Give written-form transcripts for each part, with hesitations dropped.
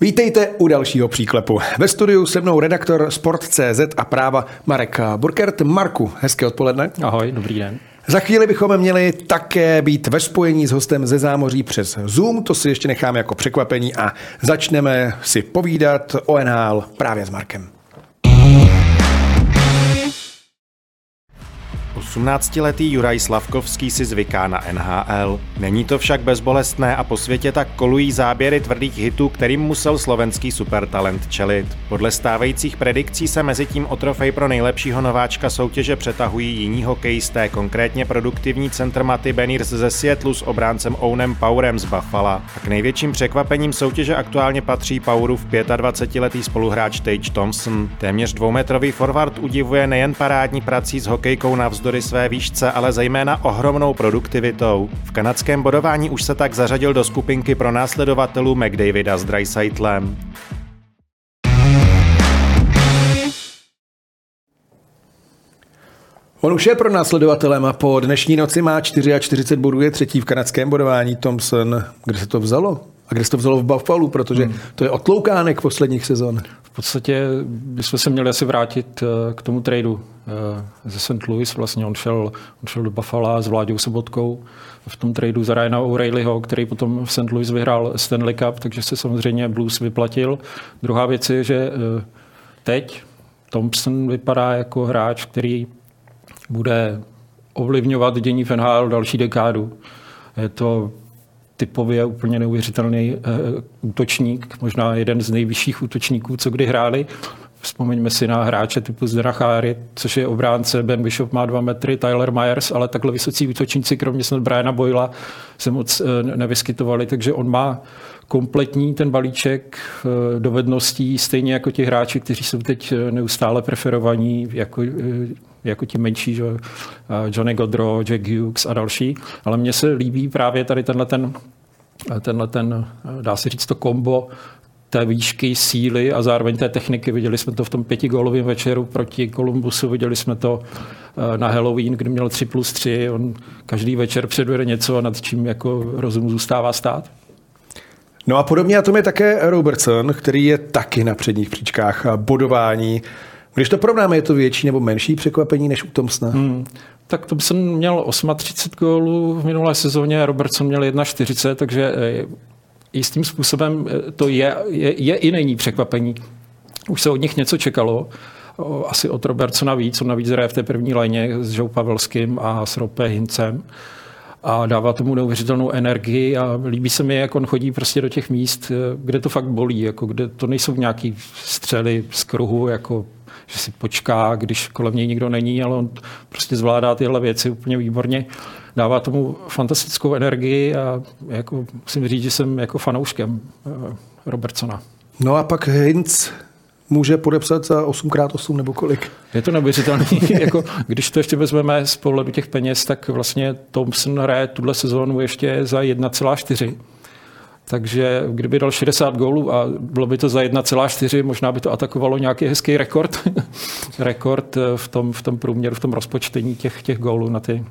Vítejte u dalšího příklepu. Ve studiu se mnou redaktor Sport.cz a práva Marek Burkert. Marku, hezké odpoledne. Ahoj, dobrý den. Za chvíli bychom měli také být ve spojení s hostem ze zámoří přes Zoom, to si ještě necháme jako překvapení a začneme si povídat o NHL právě s Markem. 18letý Juraj Slavkovský si zvyká na NHL. Není to však bezbolestné a po světě tak kolují záběry tvrdých hitů, kterým musel slovenský supertalent čelit. Podle stávajících predikcí se mezitím o trofej pro nejlepšího nováčka soutěže přetahují jiní hokejisté, konkrétně produktivní centr Matty Beniers ze Seattlu s obráncem Owenem Powerem z Buffalo. A k největším překvapením soutěže aktuálně patří Powerův 25letý spoluhráč Tage Thompson. Téměř dvoumetrový forward udivuje nejen parádní prací s hokejkou navzdory své výšce, ale zejména ohromnou produktivitou. V kanadském bodování už se tak zařadil do skupinky pro následovatelů McDavida s Draisaitlem. On už je pro následovatelem a po dnešní noci má 44 bodů, je třetí v kanadském bodování. Thompson, kde se to vzalo? A kde se to vzalo v Buffalo, protože to je otloukánek posledních sezon. V podstatě bychom se měli asi vrátit k tomu tradu ze St. Louis. Vlastně on šel do Buffalo s Vláďou Sobotkou v tom tradu za Ryana O'Reillyho, který potom v St. Louis vyhrál Stanley Cup, takže se samozřejmě Blues vyplatil. Druhá věc je, že teď Thompson vypadá jako hráč, který bude ovlivňovat dění v NHL další dekádu. Je to typově úplně neuvěřitelný útočník, možná jeden z nejvyšších útočníků, co kdy hráli. Vzpomeňme si na hráče typu Zdena Chary, což je obránce, Ben Bishop má 2 metry, Tyler Myers, ale takhle vysocí útočníci, kromě snad Briana Boyla, se moc nevyskytovali, takže on má kompletní ten balíček dovedností, stejně jako ti hráči, kteří jsou teď neustále preferovaní, jako ti menší, že? Johnny Gaudreau, Jack Hughes a další. Ale mně se líbí právě tady tenhle ten, dá se říct, to kombo té výšky, síly a zároveň té techniky. Viděli jsme to v tom 5gólovém večeru proti Columbusu, viděli jsme to na Halloween, kdy měl 3+3. On každý večer předvede něco, nad čím jako rozum zůstává stát. No a podobně na tom je také Robertson, který je taky na předních příčkách bodování. Když to porovnáme, je to větší nebo menší překvapení než u Thompsona? Tak Thompson měl 38 gólů v minulé sezóně, Robertson měl 41, takže jistým způsobem to je i není překvapení. Už se od nich něco čekalo. Asi od Robertsona víc, on navíc hraje v té první léně s Joe Pavelským a s Roope Hincem. A dává tomu neuvěřitelnou energii a líbí se mi, jak on chodí prostě do těch míst, kde to fakt bolí, jako kde to nejsou nějaký střely z kruhu, jako že si počká, když kolem něj nikdo není, ale on prostě zvládá tyhle věci úplně výborně. Dává tomu fantastickou energii a jako musím říct, že jsem jako fanouškem Robertsona. No a pak Hintz může podepsat za 8x8 nebo kolik? Je to neuvěřitelné. Jako, když to ještě vezmeme z pohledu těch peněz, tak vlastně Thompson hraje tuhle sezónu ještě za 1,4. Takže kdyby dal 60 gólů a bylo by to za 1,4, možná by to atakovalo nějaký hezký rekord. Rekord v tom průměru, v tom rozpočtení těch gólů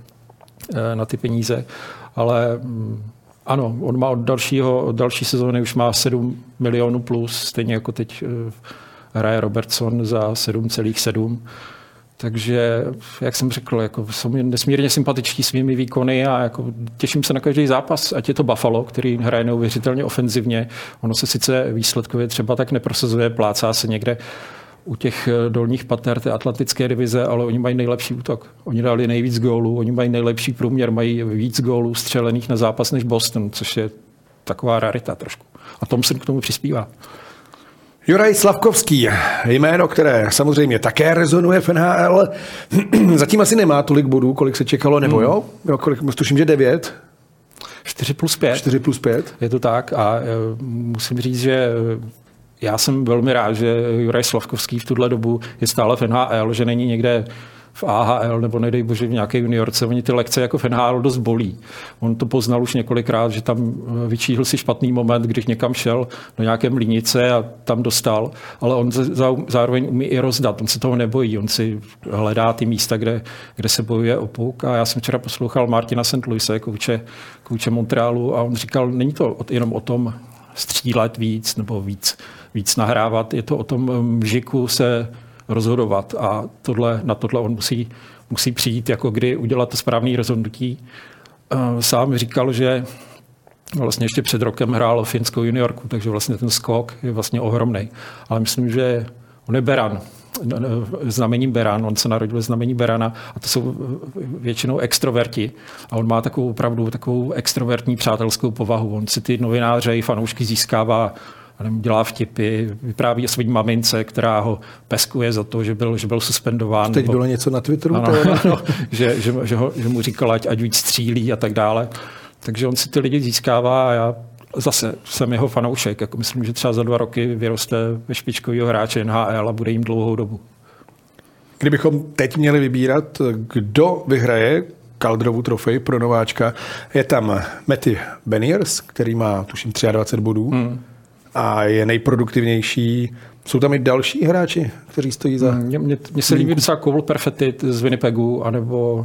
na ty peníze. Ale ano, on má od další sezóny už má 7 milionů plus, stejně jako teď hraje Robertson za 7,7. Takže, jak jsem řekl, jako jsou mi nesmírně sympatičtí svými výkony a jako těším se na každý zápas, ať je to Buffalo, který hraje neuvěřitelně ofenzivně. Ono se sice výsledkově třeba tak neprosazuje, plácá se někde u těch dolních pater té atlantické divize, ale oni mají nejlepší útok. Oni dali nejvíc gólů, oni mají nejlepší průměr, mají víc gólů střelených na zápas než Boston, což je taková rarita trošku. A Thompson k tomu přispívá. Juraj Slavkovský, jméno, které samozřejmě také rezonuje v NHL. Zatím asi nemá tolik bodů, kolik se čekalo, nebo jo? Kolik, tuším, že 9. 4+5. 4+5. Je to tak a musím říct, že já jsem velmi rád, že Juraj Slavkovský v tuhle dobu je stále v NHL, že není někde v AHL nebo nedej bože v nějaké juniorce. Oni ty lekce jako v NHL dost bolí. On to poznal už několikrát, že tam vyčíhl si špatný moment, když někam šel do nějaké mlýnice a tam dostal, ale on zároveň umí i rozdat. On se toho nebojí, on si hledá ty místa, kde se bojuje o puk. A já jsem včera poslouchal Martina St. Louise, kouče Montrealu, a on říkal, není to jenom o tom střílet víc nebo víc nahrávat. Je to o tom mžiku se rozhodovat a na tohle on musí přijít, jako kdy udělat to správné rozhodnutí. Sám říkal, že vlastně ještě před rokem hrál finskou juniorku, takže vlastně ten skok je vlastně ohromný. Ale myslím, že on je beran, znamením beran, on se narodil znamení berana a to jsou většinou extroverti. A on má takovou extrovertní přátelskou povahu. On si ty novináře i fanoušky získává, dělá vtipy, vypráví o své mamince, která ho peskuje za to, že byl suspendován. Teď bylo něco na Twitteru? Ano, že mu říkal, ať víc střílí a tak dále. Takže on si ty lidi získává a já zase jsem jeho fanoušek. Jako myslím, že třeba za 2 roky vyroste ve špičkovýho hráče NHL a bude jim dlouhou dobu. Kdybychom teď měli vybírat, kdo vyhraje Calderovu trofej pro nováčka, je tam Matty Beniers, který má tuším 23 bodů a je nejproduktivnější. Jsou tam i další hráči, kteří stojí za... Mně se líbí docela Cole Perfettit z Winnipegu anebo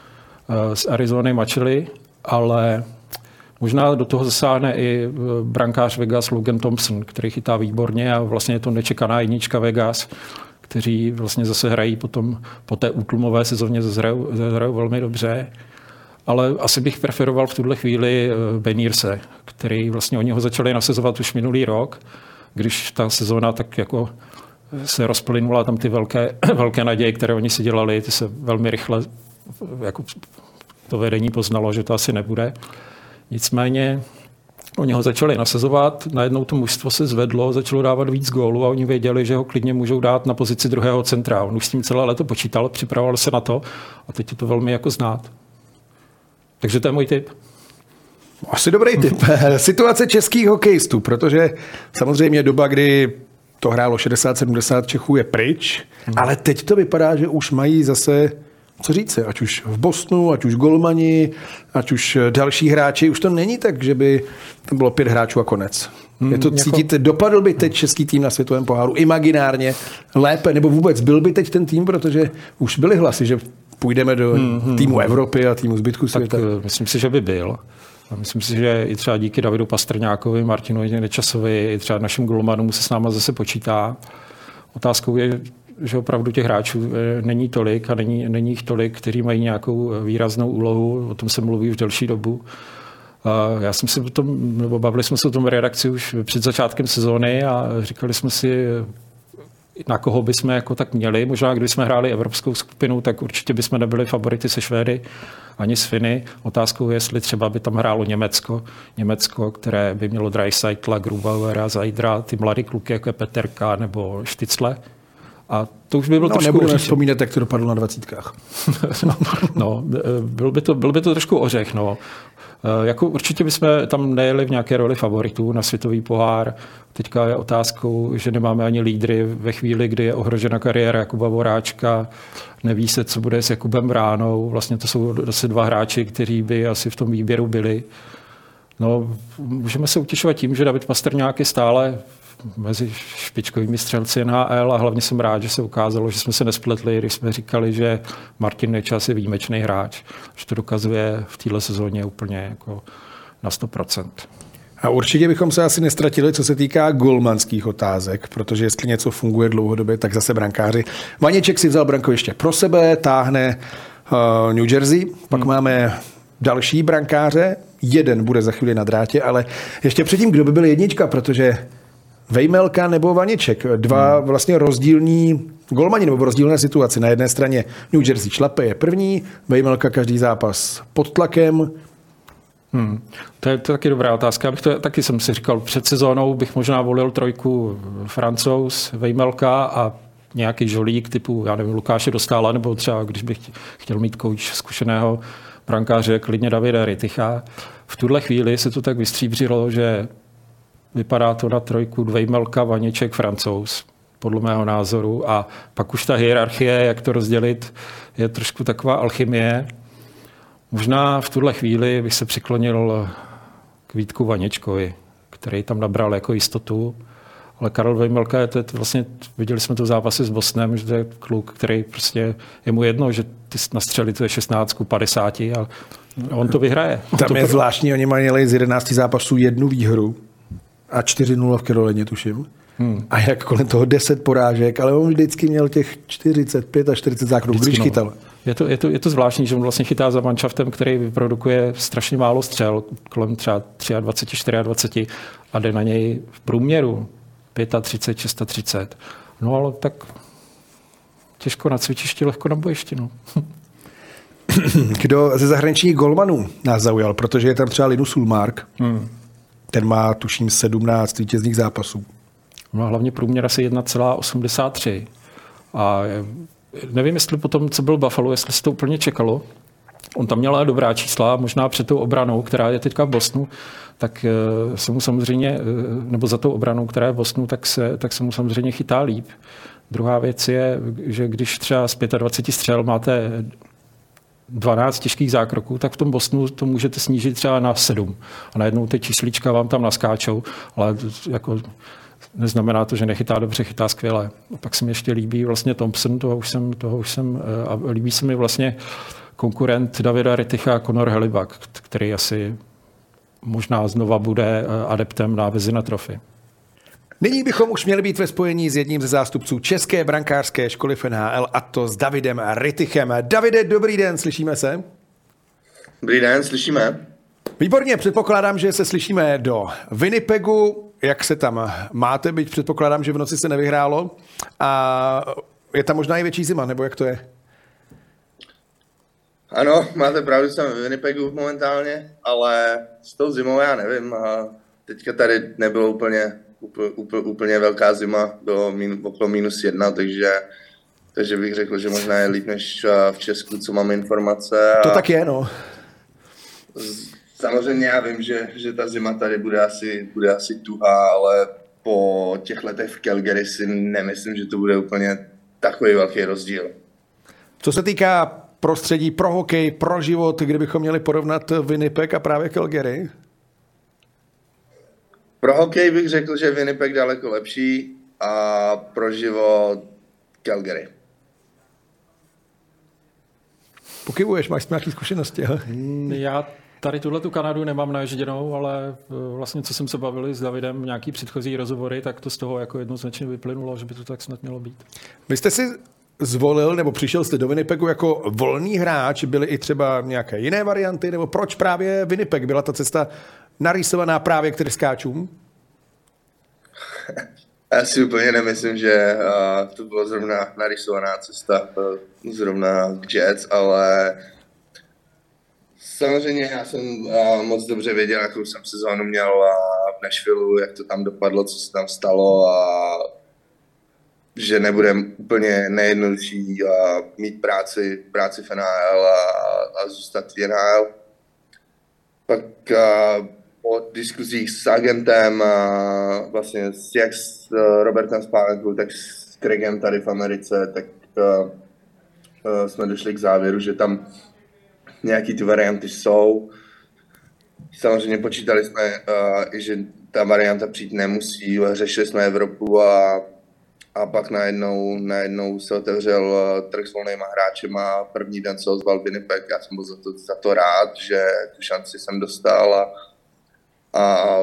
z Arizony Machely, ale možná do toho zasáhne i brankář Vegas Logan Thompson, který chytá výborně a vlastně je to nečekaná jednička Vegas, kteří vlastně zase hrají potom po té útlumové sezóně zhrajou velmi dobře. Ale asi bych preferoval v tuhle chvíli Benierse, který vlastně oni ho začali nasazovat už minulý rok, když ta sezóna tak jako se rozplynula, tam ty velké naděje, které oni si dělali, ty se velmi rychle jako to vedení poznalo, že to asi nebude. Nicméně oni ho začali nasazovat, najednou to mužstvo se zvedlo, začalo dávat víc gólů a oni věděli, že ho klidně můžou dát na pozici druhého centra. On už s tím celé léto počítal, připravoval se na to a teď je to velmi jako znát. Takže to je můj tip. Asi dobrý tip. Situace českých hokejistů, protože samozřejmě doba, kdy to hrálo 60-70 Čechů je pryč, ale teď to vypadá, že už mají zase co říct, ať už v Bostonu, ať už golmani, ať už další hráči, už to není tak, že by to bylo 5 hráčů a konec. Je to cítit, dopadl by teď český tým na světovém poháru imaginárně lépe, nebo vůbec byl by teď ten tým, protože už byly hlasy, že půjdeme do týmu Evropy a týmu zbytku světa. Tak myslím si, že by byl. A myslím si, že i třeba díky Davidu Pastrňákovi, Martinu Nečasovi, i třeba našim golmanům se s náma zase počítá. Otázkou je, že opravdu těch hráčů není tolik a není jich tolik, kteří mají nějakou výraznou úlohu. O tom se mluví už delší dobu. Já jsem si bavili jsme se o tom redakci už před začátkem sezóny a říkali jsme si, na koho bychom jako tak měli. Možná, když jsme hráli evropskou skupinu, tak určitě bychom nebyli favority se Švédy ani s Finy. Otázkou je, jestli třeba by tam hrálo Německo, které by mělo Dreisaitla, Grubauera, Zajdra, ty mladý kluky, jako je Peterka nebo Štycle. A to už by bylo trošku... Nebudeme vzpomínat, jak to dopadlo na 20. Byl by to trošku ořech. No. Jako určitě bychom tam nejeli v nějaké roli favoritů na světový pohár. Teďka je otázkou, že nemáme ani lídry ve chvíli, kdy je ohrožena kariéra Jakuba Voráčka. Neví se, co bude s Jakubem Vránou. Vlastně to jsou zase 2 hráči, kteří by asi v tom výběru byli. No, můžeme se utěšovat tím, že David Pastrňák je stále mezi špičkovými střelci NHL a hlavně jsem rád, že se ukázalo, že jsme se nespletli, když jsme říkali, že Martin Nečas je výjimečný hráč, že to dokazuje v téhle sezóně úplně jako na 100%. A určitě bychom se asi nestratili, co se týká golmanských otázek, protože jestli něco funguje dlouhodobě, tak zase brankáři. Vaněček si vzal brankoviště pro sebe, táhne New Jersey, pak máme další brankáře, jeden bude za chvíli na drátě, ale ještě předtím, kdo by byl jednička, protože Vejmelka nebo Vaněček, 2 vlastně rozdílní golmani nebo rozdílné situace. Na jedné straně New Jersey šlape je první, Vejmelka každý zápas pod tlakem. To je taky dobrá otázka. Taky jsem si říkal, před sezónou bych možná volil 3 Francouz, Vejmelka a nějaký žolík typu, já nevím, Lukáše Dostála, nebo třeba, když bych chtěl mít kouč zkušeného brankáře, klidně Davida Ryticha. V tuhle chvíli se to tak vystříbřilo, že vypadá to na 3 Vejmelka, Vaněček, Francouz, podle mého názoru. A pak už ta hierarchie, jak to rozdělit, je trošku taková alchymie. Možná v tuhle chvíli bych se přiklonil k Vítku Vaněčkovi, který tam nabral jako jistotu. Ale Karel Vejmelka je vlastně, viděli jsme to v zápase s Bostonem, že to je kluk, který prostě je mu jedno, že ty nastřelí to je 16-50 a on to vyhraje. Tam je zvláštní, oni měli z 11 zápasů 1 výhru. a 4-0 v Carolině, tuším. A jak kolem toho 10 porážek, ale on vždycky měl těch 45 a 40 zákroků, když chytal. Je to zvláštní, že on vlastně chytá za manšaftem, který vyprodukuje strašně málo střel, kolem třeba 23, 24 a jde na něj v průměru 35, 36. No ale tak těžko na cvičišti, lehko na bojišti. No. Kdo ze zahraničních golmanů nás zaujal, protože je tam třeba Linus Ullmark. Ten má, tuším, 17 vítězných zápasů. No hlavně průměr asi 1,83. A nevím, jestli potom, co byl Buffalo, jestli se to úplně čekalo. On tam měl dobrá čísla, možná před tou obranou, která je teďka v Bostonu, tak se mu samozřejmě, nebo za tou obranou, která je v Bostonu, tak se mu samozřejmě chytá líp. Druhá věc je, že když třeba z 25 střel máte 12 těžkých zákroků, tak v tom Bostonu to můžete snížit třeba na 7. A najednou ty číslička vám tam naskáčou, ale jako neznamená to, že nechytá dobře, chytá skvěle. A pak se mi ještě líbí vlastně Thompson, toho už jsem a líbí se mi vlastně konkurent Davida Ritticha, Connor Hellebuyck, který asi možná znova bude adeptem na Vezina Trophy. Nyní bychom už měli být ve spojení s jedním ze zástupců České brankářské školy v NHL, a to s Davidem Rittichem. Davide, dobrý den, slyšíme se? Dobrý den, slyšíme. Výborně, předpokládám, že se slyšíme do Winnipegu. Jak se tam máte, byť předpokládám, že v noci se nevyhrálo. A je tam možná i větší zima, nebo jak to je? Ano, máte pravdu, jsem v Winnipegu momentálně, ale s tou zimou já nevím. A teďka tady nebylo úplně velká zima, bylo okolo -1, takže bych řekl, že možná je líp než v Česku, co mám informace. To tak je, no. Samozřejmě já vím, že ta zima tady bude asi tuhá, ale po těch letech v Calgary si nemyslím, že to bude úplně takový velký rozdíl. Co se týká prostředí pro hokej, pro život, kdybychom měli porovnat Winnipeg a právě Calgary? Pro hokej bych řekl, že Winnipeg daleko lepší a pro život Calgary. Pokyvuješ, máš nějaké zkušenosti? Já tady tuhletu Kanadu nemám naježděnou, ale vlastně co jsem se bavili s Davidem, nějaký předchozí rozhovory, tak to z toho jako jednoznačně vyplynulo, že by to tak snad mělo být. Vy jste si zvolil, nebo přišel jste do Winnipegu jako volný hráč, byly i třeba nějaké jiné varianty, nebo proč právě Winnipeg? Byla ta cesta narýsovaná právě k tryskáčům? Já si úplně nemyslím, že to byla zrovna narýsovaná cesta zrovna k Jets, ale samozřejmě já jsem moc dobře věděl, jakou jsem sezónu měl v Nashvilleu, jak to tam dopadlo, co se tam stalo a že nebude úplně nejjednodušší mít práci v NHL a zůstat v NHL. Pak po diskuzích s agentem a vlastně jak s Robertem Spálenkou, tak s Craigem tady v Americe, tak jsme došli k závěru, že tam nějaký ty varianty jsou. Samozřejmě počítali jsme, i že ta varianta přijít nemusí, řešili jsme Evropu a pak najednou se otevřel trh s volnýma hráčema. První den se ozval Winnipeg, já jsem byl za to rád, že tu šanci jsem dostal a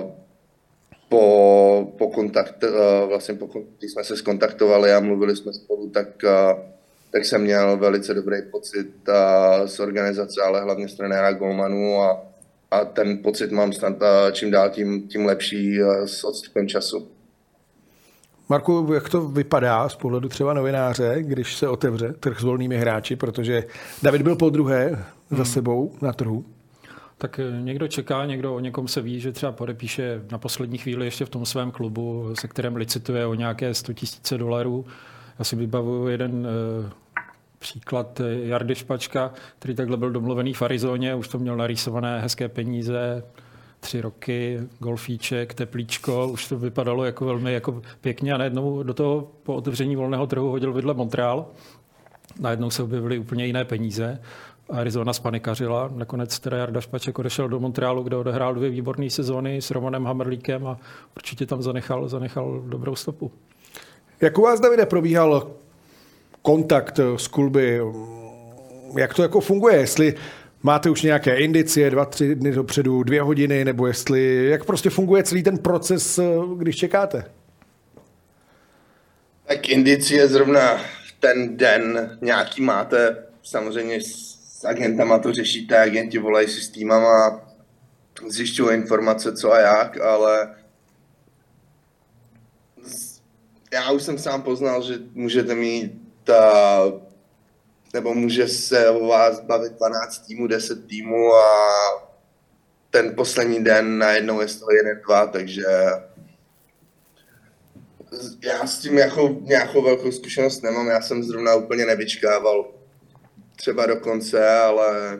po kontaktu, vlastně když jsme se skontaktovali a mluvili jsme spolu, tak jsem měl velice dobrý pocit z organizace, ale hlavně z trenéra golmanů a ten pocit mám snad čím dál tím lepší s odstupem času. Marku, jak to vypadá z pohledu třeba novináře, když se otevře trh s volnými hráči, protože David byl podruhé za sebou na trhu? Tak někdo čeká, někdo o někom se ví, že třeba podepíše na poslední chvíli ještě v tom svém klubu, se kterým licituje o nějaké $100,000. Já si vybavuju jeden příklad Jardy Špačka, který takhle byl domluvený v Arizoně, už to měl narýsované hezké peníze, 3 roky, golfíček, teplíčko, už to vypadalo jako velmi jako pěkně a najednou do toho po otevření volného trhu hodil vidle Montreal. Najednou se objevily úplně jiné peníze. Arizona spanikařila. Nakonec teda Jarda Špaček odešel do Montrealu, kde odehrál 2 výborné sezóny s Romanem Hamrlíkem a určitě tam zanechal dobrou stopu. Jak u vás, Davide, probíhal kontakt s kluby? Jak to jako funguje? Jestli máte už nějaké indicie 2-3 dny dopředu, 2 hodiny, nebo jak prostě funguje celý ten proces, když čekáte? Tak indicie zrovna ten den nějaký máte, samozřejmě s agentama to řešíte, agenti volají si s týmama, zjišťují informace co a jak, ale já už jsem sám poznal, že můžete mít nebo může se o vás bavit 12 týmů, 10 týmů a ten poslední den najednou je z toho 1-2, takže já s tím nějakou velkou zkušenost nemám, já jsem zrovna úplně nevyčkával třeba do konce, ale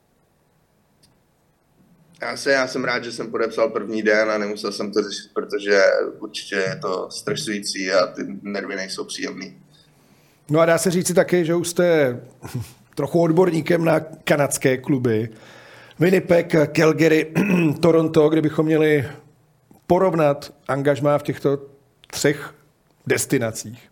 já jsem rád, že jsem podepsal první den a nemusel jsem to řešit, protože určitě je to stresující a ty nervy nejsou příjemný. No a dá se říci taky, že už jste trochu odborníkem na kanadské kluby. Winnipeg, Calgary, Toronto, kdybychom měli porovnat angažmá v těchto 3 destinacích.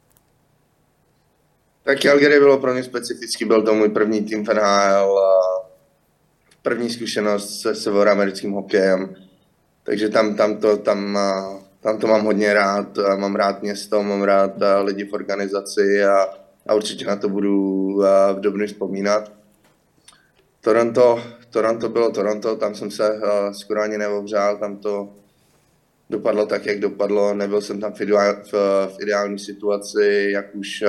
Tak Calgary bylo pro mě specifický, byl to můj první tým v NHL, první zkušenost se severoamerickým hokejem, takže tam to mám hodně rád, mám rád město, mám rád lidi v organizaci a určitě na to budu v Dubnu vzpomínat. Toronto bylo Toronto, tam jsem se skoro ani neovřál, tam to dopadlo tak, jak dopadlo, nebyl jsem tam v ideální situaci, jak už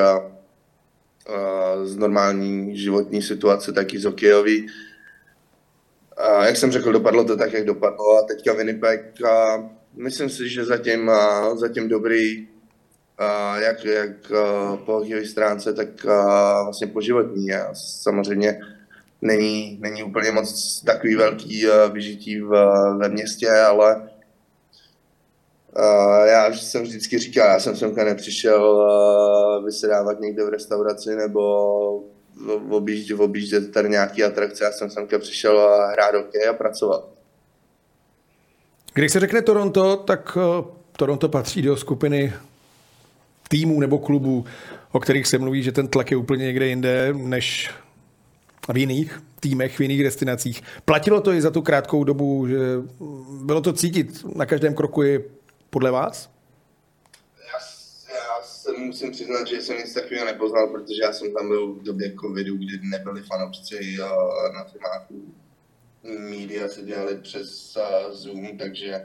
z normální životní situace, tak i z hokejový. Jak jsem řekl, dopadlo to tak, jak dopadlo a teďka Winnipeg, myslím si, že zatím dobrý, jak po hokejové stránce, tak vlastně po životní. A samozřejmě není úplně moc takový velký vyžití ve městě, ale já jsem vždycky říkal, já jsem semka nepřišel vysedávat někde v restauraci nebo objíždět tady nějaký atrakce, já jsem semka přišel hrát hokej a pracovat. Když se řekne Toronto, tak Toronto patří do skupiny týmů nebo klubů, o kterých se mluví, že ten tlak je úplně někde jinde než v jiných týmech, v jiných destinacích. Platilo to i za tu krátkou dobu, že bylo to cítit na každém kroku i podle vás? Já se musím přiznat, že jsem nic takového nepoznal, protože já jsem tam byl v době covidu, kdy nebyli fanoušci na filmáku. Média se dělali přes Zoom, takže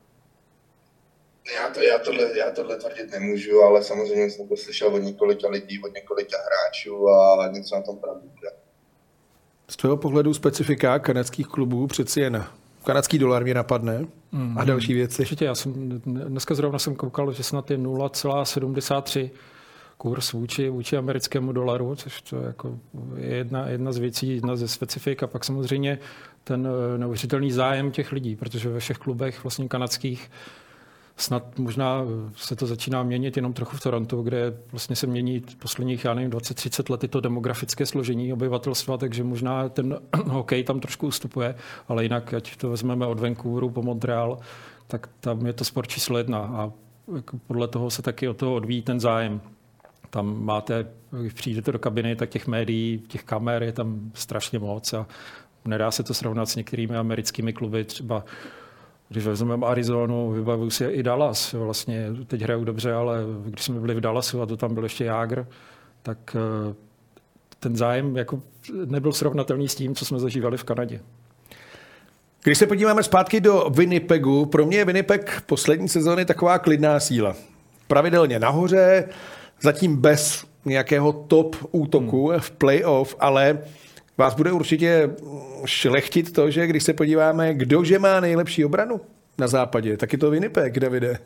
já tohle tvrdit nemůžu, ale samozřejmě jsem to slyšel od několika lidí, od několika hráčů a něco na tom pravdu bude. Z tvého pohledu specifika kanadských klubů přeci jen kanadský dolar mě napadne a další věci. Určitě, dneska zrovna jsem koukal, že snad je 0,73 kurz vůči americkému dolaru, což to jako je jedna z věcí, jedna ze specifik a pak samozřejmě ten neuvěřitelný zájem těch lidí, protože ve všech klubech vlastně kanadských snad možná se to začíná měnit jenom trochu v Torontu, kde vlastně se mění posledních, 20-30 let to demografické složení obyvatelstva, takže možná ten hokej tam trošku ustupuje, ale jinak, ať to vezmeme od Vancouveru po Montreal, tak tam je to sport číslo 1 a podle toho se taky od toho odvíjí ten zájem. Tam máte, když přijdete do kabiny, tak těch médií, těch kamer je tam strašně moc a nedá se to srovnat s některými americkými kluby, třeba když vezmeme Arizonu, vybavuju si i Dallas. Vlastně teď hrajou dobře, ale když jsme byli v Dallasu a to tam byl ještě Jágr, tak ten zájem jako nebyl srovnatelný s tím, co jsme zažívali v Kanadě. Když se podíváme zpátky do Winnipegu, pro mě je Winnipeg poslední sezóny taková klidná síla. Pravidelně nahoře, zatím bez nějakého top útoku v playoff, ale vás bude určitě šlechtit to, že když se podíváme, kdože má nejlepší obranu na západě, tak je to Winnipeg, Davide.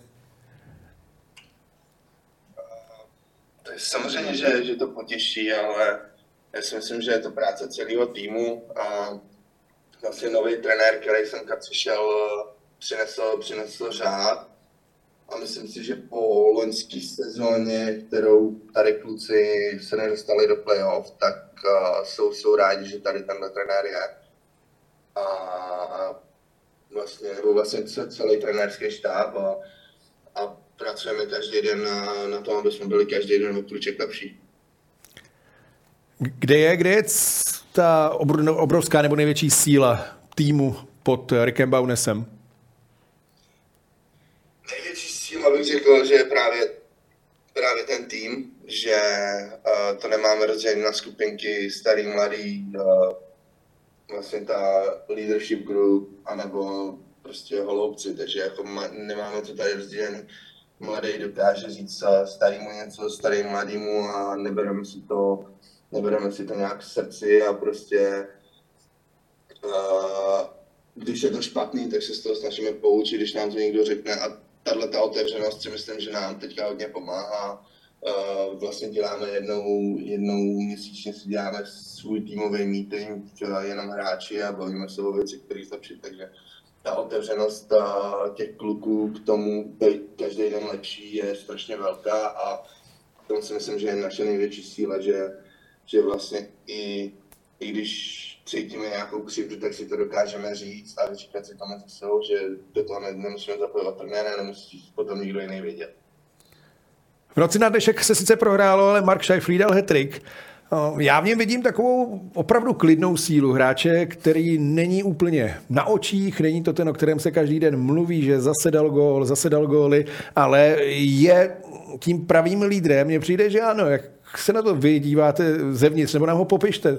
To je samozřejmě, že to potěší, ale já si myslím, že je to práce celého týmu a vlastně nový trenér, který jsem přišel, přinesl řád. A myslím si, že po loňské sezóně, kterou tady kluci se nedostali do playoff, tak jsou rádi, že tady tenhle trenér je. A vlastně celý trenérský štáb a pracujeme každý den na tom, aby jsme byli každý den o kluček lepší. Kde je ta obrovská nebo největší síla týmu pod Rickem Baunesem? Největší síla bych řekl, že je právě ten tým, že to nemáme rozdělené na skupinky starý, mladý, vlastně ta leadership group, anebo prostě holoubci, takže jako nemáme to tady rozdělené. Mladý dokáže říct starýmu něco, starý mladýmu a nebereme si to nějak v srdci a prostě když je to špatný, tak se z toho snažíme poučit, když nám to někdo řekne a tato otevřenost si myslím, že nám teďka hodně pomáhá. Vlastně děláme jednou měsíčně si děláme svůj týmový meeting, jenom hráči a bavíme se o věci, které zlepšit, takže ta otevřenost těch kluků k tomu být každý den lepší je strašně velká a to si myslím, že je naše největší síla, že vlastně i když cítíme nějakou křivdu, tak si to dokážeme říct a vyříkat si to mezi sebou, že do toho nemusíme zapojovat trenéra, nemusí potom nikdo jiný vědět. V noci na dnešek se sice prohrálo, ale Mark Scheifele dal hat-trick. Já v něm vidím takovou opravdu klidnou sílu hráče, který není úplně na očích, není to ten, o kterém se každý den mluví, že zase dal góly, ale je tím pravým lídrem. Mně přijde, že ano. Jak se na to vy díváte zevnitř, nebo nám ho popište?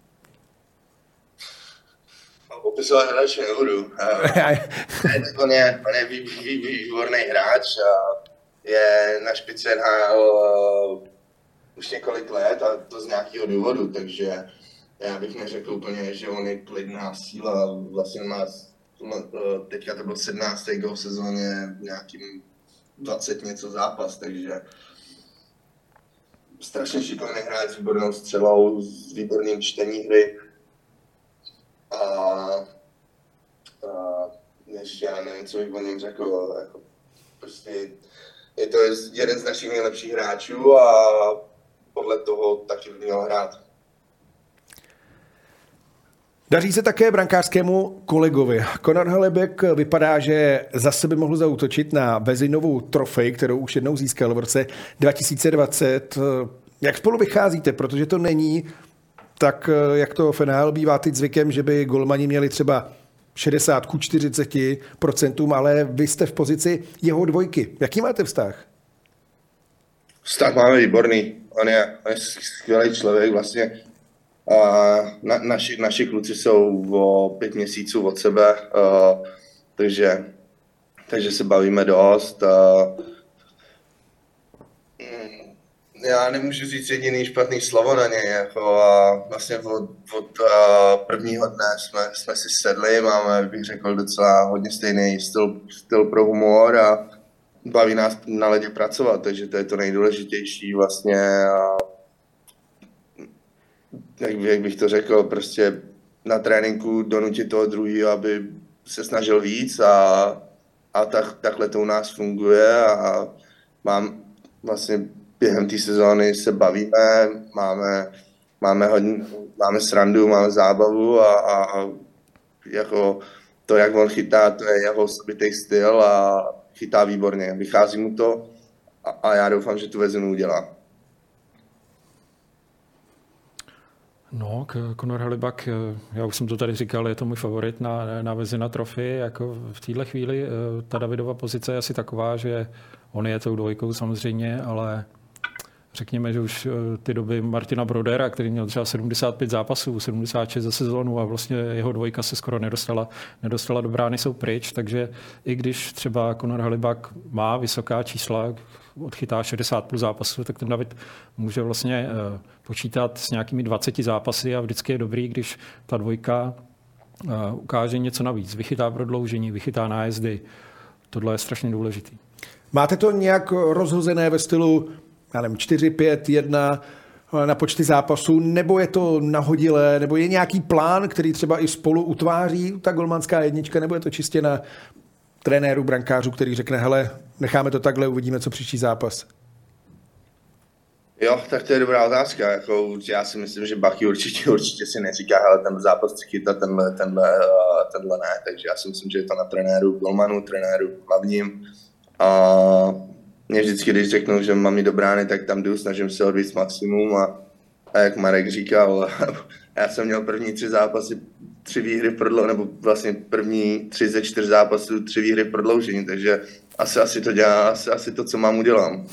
Popisovat hráče nebudu. On je výborný hráč, je na špici NHL už několik let a to z nějakého důvodu, takže já bych neřekl úplně, že on je klidná síla, vlastně má, teďka to byl 17. gól v sezóně, nějakým 20 něco zápas, takže strašně šikovný hráč s výbornou střelou, s výborným čtení hry a ještě já nevím, co bych o něm řekl, jako prostě je to jeden z našich nejlepších hráčů a podle toho taky by měl hrát. Daří se také brankářskému kolegovi. Conor Hellebuyck vypadá, že zase by mohl zaútočit na Vezinovu trofej, kterou už jednou získal v roce 2020. Jak spolu vycházíte? Protože to není tak, jak to v NHL bývá teď zvykem, že by golmani měli třeba 60-40%, ale vy jste v pozici jeho dvojky. Jaký máte vztah? Vztah máme výborný. On je skvělý člověk vlastně. Naši kluci jsou o 5 měsíců od sebe, takže se bavíme dost. Já nemůžu říct jediný špatný slovo na něj. Jako, vlastně od prvního dne jsme si sedli, máme, bych řekl, docela hodně stejný styl pro humor a baví nás na ledě pracovat, takže to je to nejdůležitější vlastně. Jak bych to řekl, prostě na tréninku donutit toho druhého, aby se snažil víc a takhle to u nás funguje a vlastně během té sezóny se bavíme, máme srandu, máme zábavu a jako to, jak on chytá, to je jeho osobitý styl a chytá výborně, vychází mu to a já doufám, že tu Vezinu udělá. No, Conor Hellebuyck, já už jsem to tady říkal, je to můj favorit na Vezina trofy. Jako v téhle chvíli ta Davidova pozice je asi taková, že on je tou dvojkou samozřejmě, ale řekněme, že už ty doby Martina Brodera, který měl třeba 75 zápasů, 76 za sezónu a vlastně jeho dvojka se skoro nedostala do brány, jsou pryč, takže i když třeba Conor Hellebuyck má vysoká čísla, odchytá 60 plus zápasů, tak ten David může vlastně počítat s nějakými 20 zápasy a vždycky je dobrý, když ta dvojka ukáže něco navíc, vychytá prodloužení, vychytá nájezdy. Tohle je strašně důležitý. Máte to nějak rozhozené ve stylu 4-5-1 na počty zápasů, nebo je to nahodilé, nebo je nějaký plán, který třeba i spolu utváří ta golmanská jednička, nebo je to čistě na trenéru, brankářů, který řekne, hele, necháme to takhle, uvidíme, co příští zápas? Jo, tak to je dobrá otázka. Jako, já si myslím, že Bachy určitě si neříká, hele, ten zápas chci chytat, tenhle ne. Takže já si myslím, že je to na trenéru, golmanu, trenéru hlavním. A mě vždycky, když řeknou, že mám jít do brány, tak tam jdu, snažím se odvíct maximum A jak Marek říkal, já jsem měl první 3 zápasy, 3 výhry v prodloužení, nebo vlastně první 3 ze 4 zápasů, 3 výhry v prodloužení, takže asi to dělá, asi to, co mám, udělám.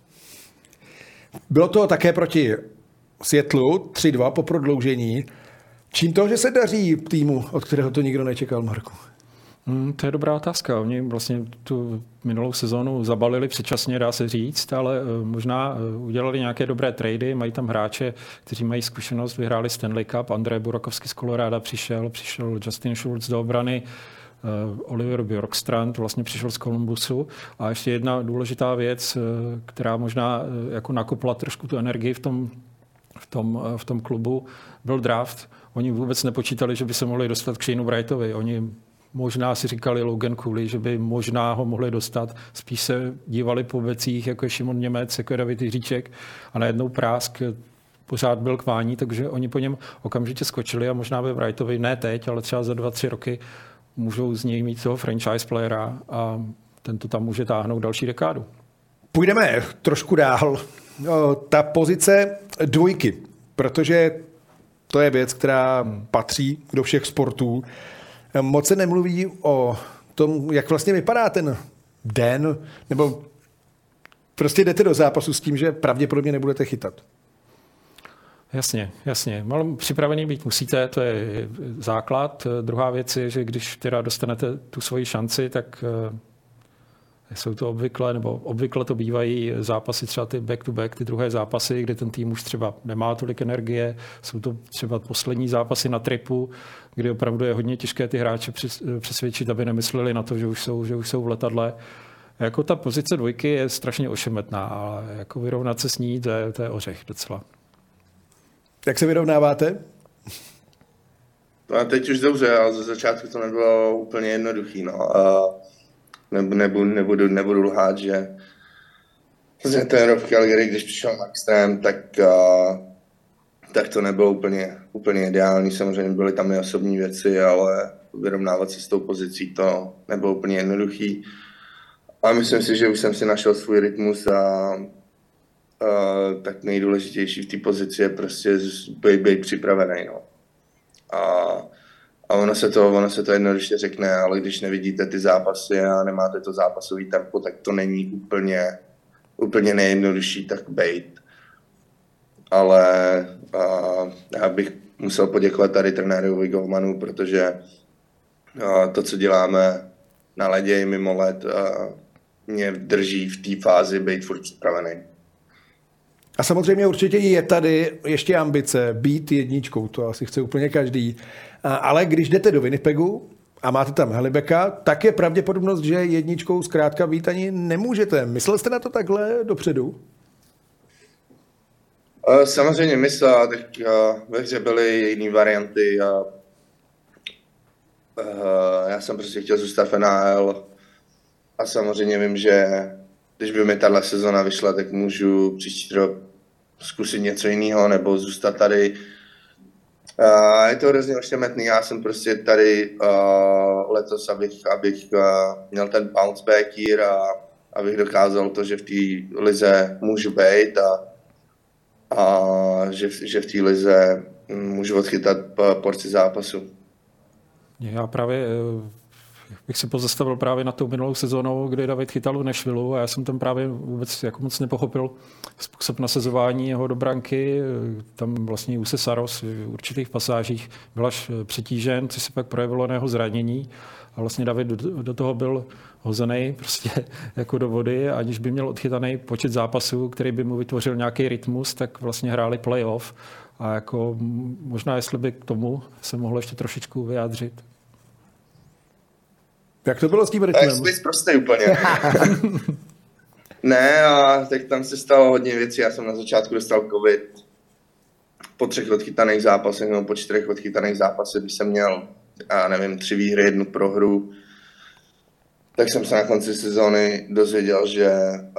Bylo to také proti Seattlu 3-2 po prodloužení. Čím to, že se daří týmu, od kterého to nikdo nečekal, Marku? To je dobrá otázka. Oni vlastně tu minulou sezónu zabalili předčasně, dá se říct, ale možná udělali nějaké dobré trady, mají tam hráče, kteří mají zkušenost, vyhráli Stanley Cup, Andrej Burakovský z Colorada přišel Justin Schultz do obrany, Oliver Bjorkstrand vlastně přišel z Columbusu. A ještě jedna důležitá věc, která možná jako nakopla trošku tu energii v tom klubu, byl draft. Oni vůbec nepočítali, že by se mohli dostat k Shane'u Wrightovi. Oni možná si říkali Logan Cooley, že by možná ho mohli dostat. Spíš se dívali po vecích, jako je Šimon Němec, jako je David Jiříček a najednou Prásk pořád byl k vání, takže oni po něm okamžitě skočili a možná by Wrightovi, ne teď, ale třeba za 2-3 roky můžou z něj mít toho franchise playera a ten to tam může táhnout další dekádu. Půjdeme trošku dál. Ta pozice dvojky, protože to je věc, která patří do všech sportů. Moc se nemluví o tom, jak vlastně vypadá ten den, nebo prostě jdete do zápasu s tím, že pravděpodobně nebudete chytat. Jasně. Ale připravený být musíte, to je základ. Druhá věc je, že když teda dostanete tu svoji šanci, tak jsou to obvykle to bývají zápasy, třeba ty back-to-back, ty druhé zápasy, kde ten tým už třeba nemá tolik energie. Jsou to třeba poslední zápasy na tripu, kdy opravdu je hodně těžké ty hráče přesvědčit, aby nemysleli na to, že už jsou v letadle. Jako ta pozice dvojky je strašně ošemetná, ale jako vyrovnat se s ní, to je ořech docela. Jak se vyrovnáváte? A teď už dobře, ale ze začátku to nebylo úplně jednoduchý. No. Nebudu lhát, že ten rok v Calgary, když přišel na extrém, tak to nebylo úplně ideální. Samozřejmě byly tam i osobní věci, ale vyrovnávat se s tou pozicí to nebylo úplně jednoduchý. A myslím si, že už jsem si našel svůj rytmus a tak nejdůležitější v té pozici je prostě být připravený. No. A ono se to jednoduše řekne, ale když nevidíte ty zápasy a nemáte to zápasový tempo, tak to není úplně nejjednodušší tak bejt. Ale já bych musel poděkovat tady trenérovi Golmanu, protože to, co děláme na ledě i mimo led, mě drží v té fázi být furt připravený. A samozřejmě určitě je tady ještě ambice být jedničkou, to asi chce úplně každý. Ale když jdete do Winnipegu a máte tam Helibeka, tak je pravděpodobnost, že jedničkou zkrátka být ani nemůžete. Myslel jste na to takhle dopředu? Samozřejmě myslel, tak ve hře byly jiné varianty. Já jsem prostě chtěl zůstat v NHL a samozřejmě vím, že když by mi tahle sezona vyšla, tak můžu příští rok zkusit něco jiného nebo zůstat tady. Je to hrozně ošemetný, já jsem prostě tady letos, abych měl ten bounce back year a abych dokázal to, že v té lize můžu být a že v té lize můžu odchytat porci zápasu. Já právě bych se pozastavil právě na tou minulou sezónou, kdy David chytal v Nashvilleu a já jsem tam právě vůbec jako moc nepochopil způsob nasazování jeho do branky. Tam vlastně Use Saros v určitých pasážích byl až přetížen, což se pak projevilo na jeho zranění. A vlastně David do toho byl hozený prostě jako do vody, aniž by měl odchytaný počet zápasů, který by mu vytvořil nějaký rytmus, tak vlastně hráli playoff. A jako možná, jestli by k tomu se mohlo ještě trošičku vyjádřit. Jak to bylo s tím rytmem? Tak jsi prostě úplně. Ne, a tak tam se stalo hodně věcí. Já jsem na začátku dostal covid. Po 3 odchytaných zápasech, nebo po 4 odchytaných zápasech, když jsem měl, 3 výhry, 1 prohru, tak jsem se na konci sezóny dozvěděl, že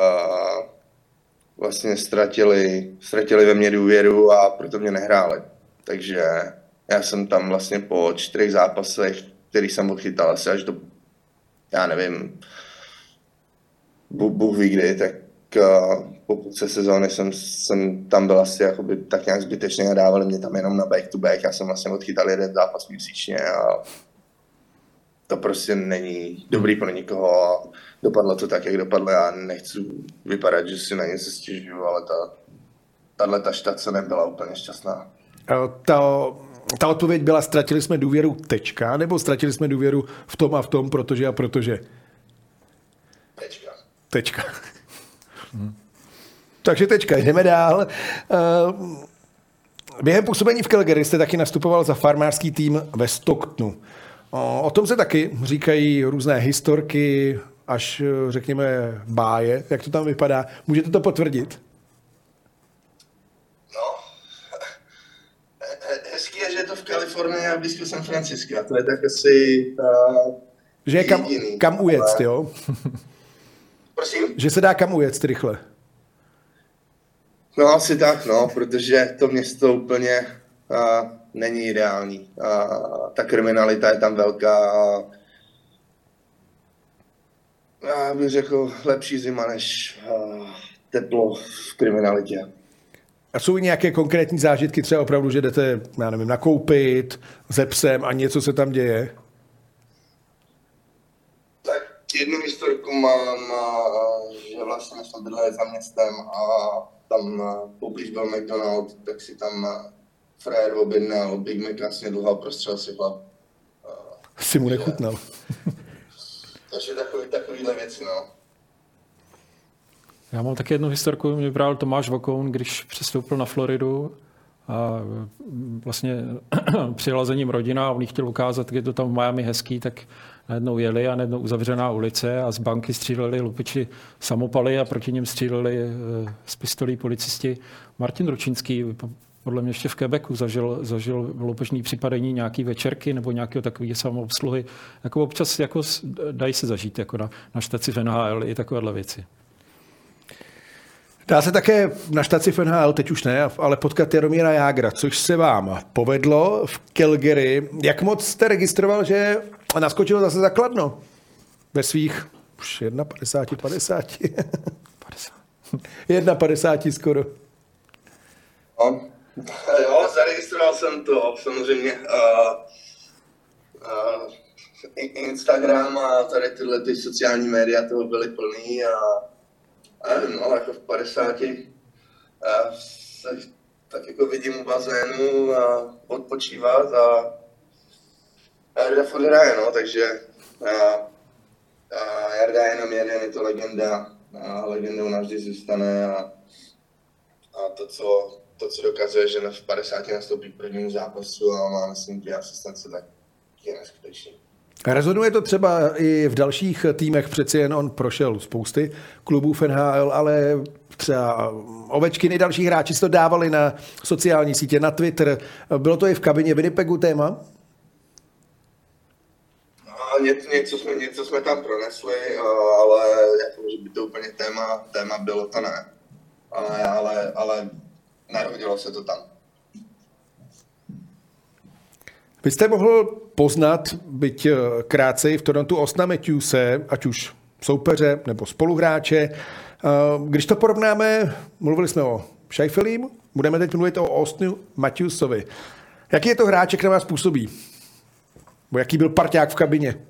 vlastně ztratili ve mně důvěru a proto mě nehráli. Takže já jsem tam vlastně po 4 zápasech, který jsem odchytal asi až do, Bůh ví kdy, tak po půlce sezóny jsem tam byl asi jakoby tak nějak zbytečný a dávali mě tam jenom na back-to-back. Já jsem vlastně odchytal jeden zápas měsíčně a to prostě není dobrý pro nikoho a dopadlo to tak, jak dopadlo. Já nechci vypadat, že si na něco stěžuju, ale tato štace nebyla úplně šťastná. Ta odpověď byla, ztratili jsme důvěru tečka, nebo ztratili jsme důvěru v tom a v tom, protože a protože? Tečka. Takže tečka, jdeme dál. Během působení v Calgary jste taky nastupoval za farmářský tým ve Stocktonu. O tom se taky říkají různé historky, až řekněme báje. Jak to tam vypadá? Můžete to potvrdit? Hezký je, že je to v Kalifornii a blízko San Francisco. To je tak asi že je kam ujet, jo? Prosím? Že se dá kam ujet rychle. No asi tak, protože to město úplně není ideální. Ta kriminalita je tam velká. Já bych řekl lepší zima než teplo v kriminalitě. A jsou nějaké konkrétní zážitky, třeba opravdu, že jdete, já nevím, nakoupit se psem a něco se tam děje? Tak jednu historku mám, že vlastně jsme bydleli za městem a tam poblíž byl McDonald, tak si tam frajer objednal Big Mac a snědl ho a prostřel si hlad. Si mu nechutnal. Takže takovýhle věci, Já mám taky jednu historku, mě bral Tomáš Vokoun, když přestoupil na Floridu a vlastně přijela za ním rodina a on jí chtěl ukázat, jak je to tam v Miami hezký, tak najednou jeli a najednou uzavřená ulice a z banky stříleli lupiči samopaly a proti něm stříleli z pistolí policisti. Martin Ručínský, podle mě ještě v Quebecu, zažil loupežný připadení nějaký večerky nebo nějakého takové samoobsluhy. Jako občas jako dají se zažít jako na štaci v NHL i takovéhle věci. Dá se také na štaci v NHL, teď už ne, ale potkat Jaromíra Jágra, což se vám povedlo v Calgary. Jak moc jste registroval, že naskočil zase za Kladno? Ve svých už 51 skoro. Jo, zaregistroval jsem to, samozřejmě. Instagram a tady tyhle ty sociální média toho byly plný a jako v 50 tak jako vidím u bazénu a odpočívat a Jarda furt hraje, takže Jarda je jenom jeden, je to legenda a legendou navždy zůstane a to, co dokazuje, že v 50 nastoupí k prvnímu zápasu a má myslím 2 asistence, tak je neskutečný. Rezonuje to třeba i v dalších týmech, přeci jen on prošel spousty klubů v NHL, ale třeba Ovečkin i další hráči si to dávali na sociální sítě, na Twitter. Bylo to i v kabině Winnipegu téma? Něco jsme tam pronesli, ale jako, že by to úplně téma bylo, to ne. Ale narodilo se to tam. Vy jste mohl poznat, byť krátce v Torontu, Austona Matthewse, ať už soupeře nebo spoluhráče. Když to porovnáme, mluvili jsme o Scheifelím, budeme teď mluvit o Austonu Matthewsovi. Jaký je to hráč, jak na vás působí? Bo jaký byl parťák v kabině?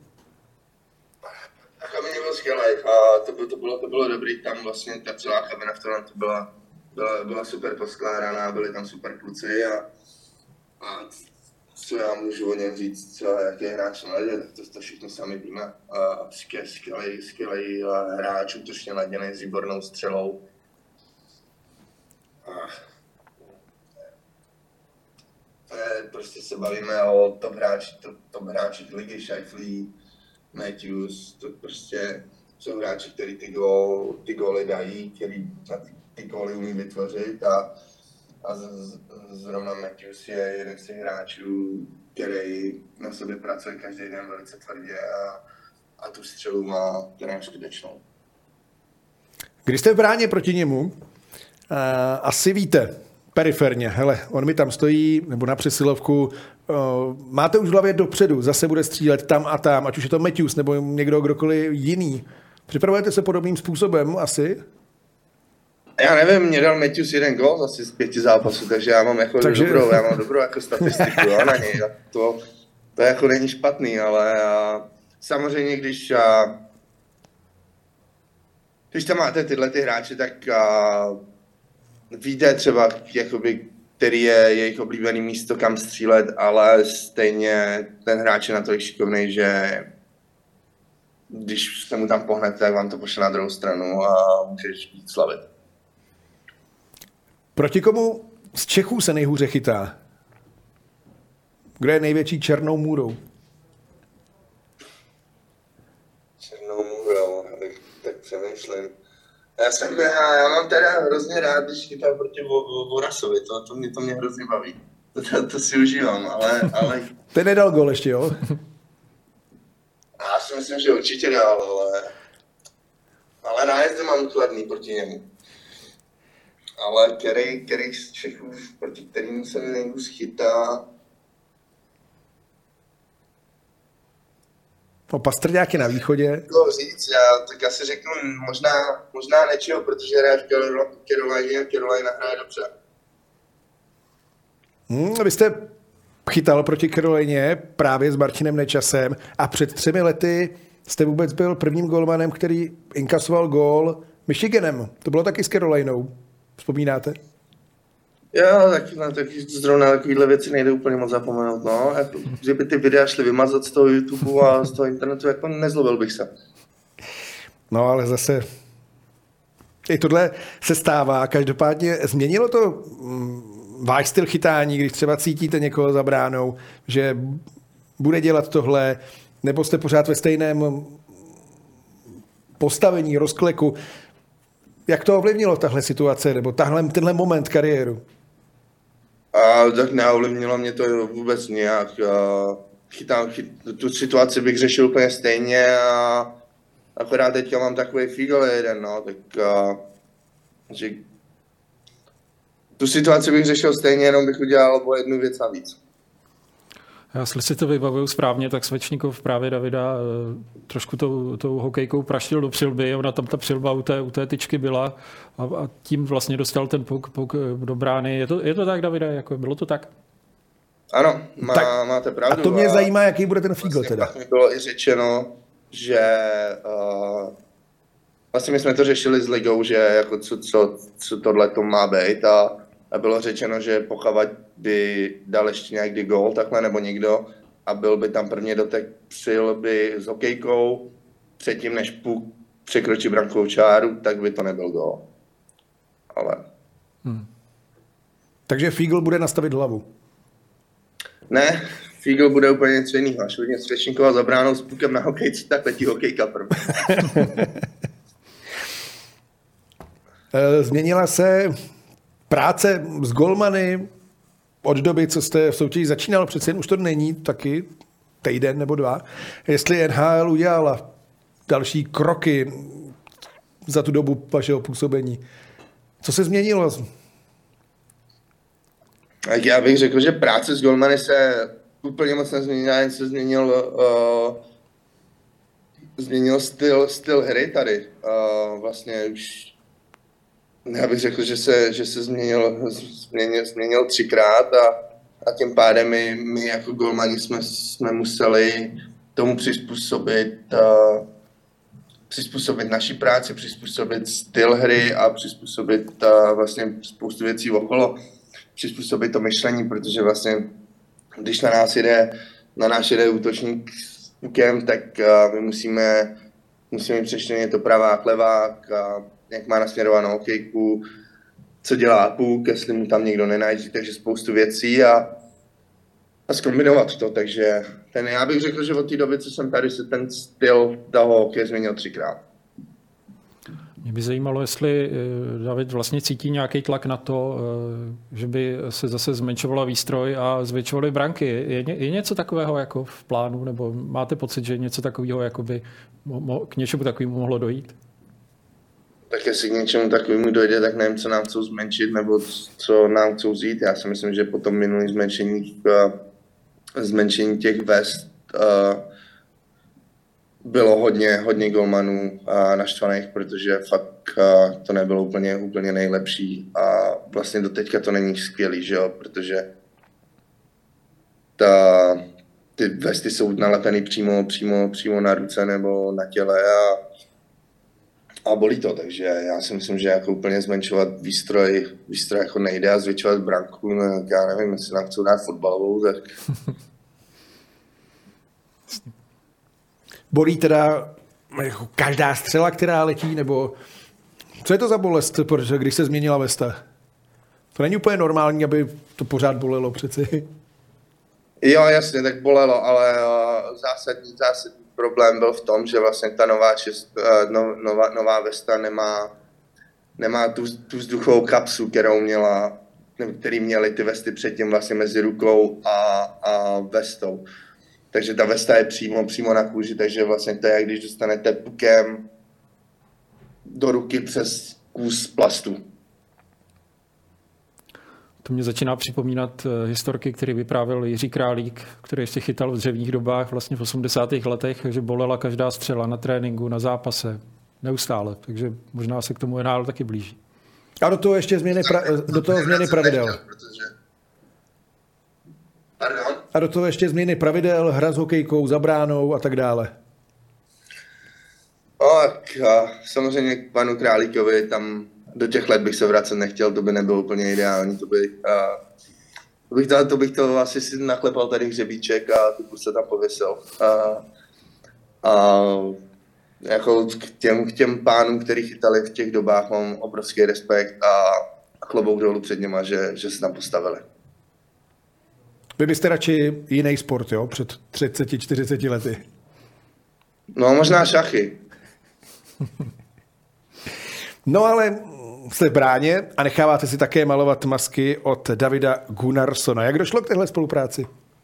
V kabině byl skvělý a to bylo dobrý. Tam vlastně ta celá kabina v Torontu byla super poskládaná, byli tam super kluci a co já můžu o něm říct, třeba jaký hráč naladě, to všichni sami víme. Skvělý hráč, útočně laděný s výbornou střelou. Prostě se bavíme o top hráčích ligy, Scheifele, Matthews, to prostě jsou hráči, kteří ty góly dají, kteří ty góly umí vytvořit a zrovna Matthews je jeden z těch hráčů, který na sobě pracuje každý den velice tvrdě a tu střelu má teda skutečnou. Když jste v bráně proti němu, asi víte, periferně, hele, on mi tam stojí, nebo na přesilovku, máte už v hlavě dopředu, zase bude střílet tam a tam, ať už je to Matthews nebo někdo, kdokoliv jiný. Připravujete se podobným způsobem asi? Já nevím, mě dal Matthews 1 gól zase z 5 zápasů, takže já mám jako dobrou jako statistiku jo, na něj. To jako není špatný, ale samozřejmě, když tam máte tyhle ty hráče, tak víte třeba, jakoby, který je jejich oblíbený místo, kam střílet, ale stejně ten hráč je natolik šikovnej, že když se mu tam pohnete, tak vám to pošle na druhou stranu a můžeš víc slavit. Proti komu z Čechů se nejhůře chytá? Kdo je největší černou můrou? Černou můrou, tak přemýšlím. Já mám teda hrozně rád, když chytám proti Vorasovi, to mě hrozně baví. To si užívám, ale... Ten nedal gol ještě, jo? Já si myslím, že určitě dál, ale nájezdy mám kladný proti němu. Ale který z Čechů, proti kterým se nejhůř chytá... No, Pastrňák je na východě. To říct, já tak asi řeknu možná Nečeho, protože hraje v Carolině a Carolina hraje dobře. Vy jste chytal proti Carolině právě s Martinem Nečasem a před 3 lety jste vůbec byl prvním golmanem, který inkasoval gól Michiganem. To bylo taky s Carolinou. Vzpomínáte? Jo, taky zrovna takovýhle věci nejde úplně moc zapomenout, no. Jako, kdyby ty videa šly vymazat z toho YouTube a z toho internetu, jako nezlobil bych se. No, ale zase i tohle se stává. Každopádně změnilo to váš styl chytání, když třeba cítíte někoho za bránou, že bude dělat tohle, nebo jste pořád ve stejném postavení, rozkleku. Jak to ovlivnilo tahle situace, nebo tenhle moment kariéru? Tak neovlivnilo mě to vůbec nějak. Tu situaci bych řešil úplně stejně a akorát teďka mám takový fígl jeden, no, tak že tu situaci bych řešil stejně, jenom bych udělal o jednu věc navíc. Já si to vybavuju správně, tak Svečníkov právě Davida trošku tou hokejkou praštil do přilby, ona tam ta přilba u té tyčky byla a tím vlastně dostal ten puk do brány. Je to tak, Davide? Jako bylo to tak? Ano, máte pravdu. A to mě zajímá, jaký bude ten fígl teda. Vlastně bylo i řečeno, že vlastně my jsme to řešili s ligou, že jako co tohle to má být a bylo řečeno, že pokud by dal ještě někdy gól takhle nebo někdo a byl by tam první dotek přilby s hokejkou předtím, než puk překročí brankovou čáru, tak by to nebyl gól. Ale... Takže fígl bude nastavit hlavu. Ne, fígl bude úplně něco jiného. Až hodně Svečníkova za bránou s pukem na hokejce, tak letí hokejka první. Změnila se práce s golmany od doby, co jste v soutěži začínal, přece jen už to není taky týden nebo 2. Jestli NHL udělala další kroky za tu dobu vašeho působení. Co se změnilo? Tak já bych řekl, že práce s golmany se úplně moc nezměnila, jen se změnil styl hry tady. Vlastně už já bych řekl, že se změnil 3krát a tím pádem my jako golmani jsme museli tomu přizpůsobit naši práci, přizpůsobit styl hry a přizpůsobit vlastně spoustu věcí okolo, přizpůsobit to myšlení, protože vlastně když na nás jede útočník s pukem, tak my musíme mít přečteně to pravák, levák, jak má nasměrovanou hokejku, co dělá puk, jestli mu tam někdo nenajdí, takže spoustu věcí a zkombinovat to, takže já bych řekl, že od té doby, co jsem tady, se ten styl toho hokeje změnil 3krát. Mě by zajímalo, jestli David vlastně cítí nějaký tlak na to, že by se zase zmenšovala výstroj a zvětšovaly branky. Je něco takového jako v plánu, nebo máte pocit, že něco takového jakoby k něčemu takovému mohlo dojít? Tak jestli k něčemu takovému dojde, tak nevím, co nám chcou zmenšit nebo co nám chcou vzít. Já si myslím, že po tom minulém zmenšení těch vest bylo hodně golmanů naštvaných, protože fakt to nebylo úplně nejlepší a vlastně do teďka to není skvělý, že jo, protože ty vesty jsou nalepeny přímo na ruce nebo na těle a bolí to, takže já si myslím, že jako úplně zmenšovat výstroj jako nejde a zvětšovat branku, no, já nevím, jestli nám chcou dát fotbalovou, tak... Bolí teda jako každá střela, která letí, nebo co je to za bolest, protože když se změnila vesta? To není úplně normální, aby to pořád bolelo přeci. Jo, jasně, tak bolelo, ale zásadní problém byl v tom, že vlastně ta nová vesta nemá tu vzduchovou kapsu, který měly ty vesty předtím vlastně mezi rukou a vestou. Takže ta vesta je přímo na kůži, takže vlastně to je, jak když dostanete pukem do ruky přes kus plastu. To mě začíná připomínat historky, které vyprávěl Jiří Králík, který ještě chytal v dřevních dobách vlastně v 80. letech, že bolela každá střela na tréninku, na zápase, neustále. Takže možná se k tomu NHL taky blíží. A do toho ještě změny pravidel. Pardon? A do toho ještě změny pravidel, hra s hokejkou, za bránou a tak dále. Samozřejmě k panu Králíkovi, tam do těch let bych se vracet nechtěl, to by nebylo úplně ideální, to bych to asi si naklepal tady hřebíček a tu se tam pověsil. Jako k těm pánům, který chytali v těch dobách, mám obrovský respekt a klobouk dolů před něma, že se tam postavili. Vy byste radši jiný sport, jo? Před 30-40 lety. No, možná šachy. No ale jste v bráně a necháváte si také malovat masky od Davida Gunnarssona. Jak došlo k téhle spolupráci?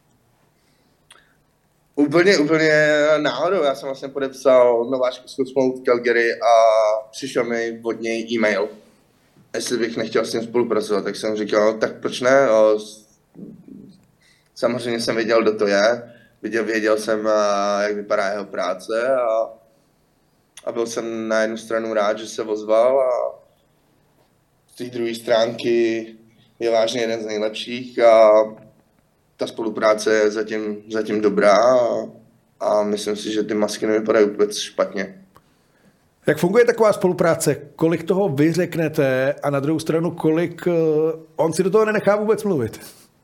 Úplně náhodou. Já jsem vlastně podepsal nováčkovskou smlouvu v Calgary a přišel mi od něj e-mail, jestli bych nechtěl s ním spolupracovat. Tak jsem říkal, tak proč ne? Samozřejmě jsem věděl, kdo to je. Věděl jsem, jak vypadá jeho práce a byl jsem na jednu stranu rád, že se ozval a z té druhé stránky je vážně jeden z nejlepších a ta spolupráce je zatím dobrá a myslím si, že ty masky nevypadají vůbec špatně. Jak funguje taková spolupráce? Kolik toho vy řeknete a na druhou stranu kolik on si do toho nenechá vůbec mluvit?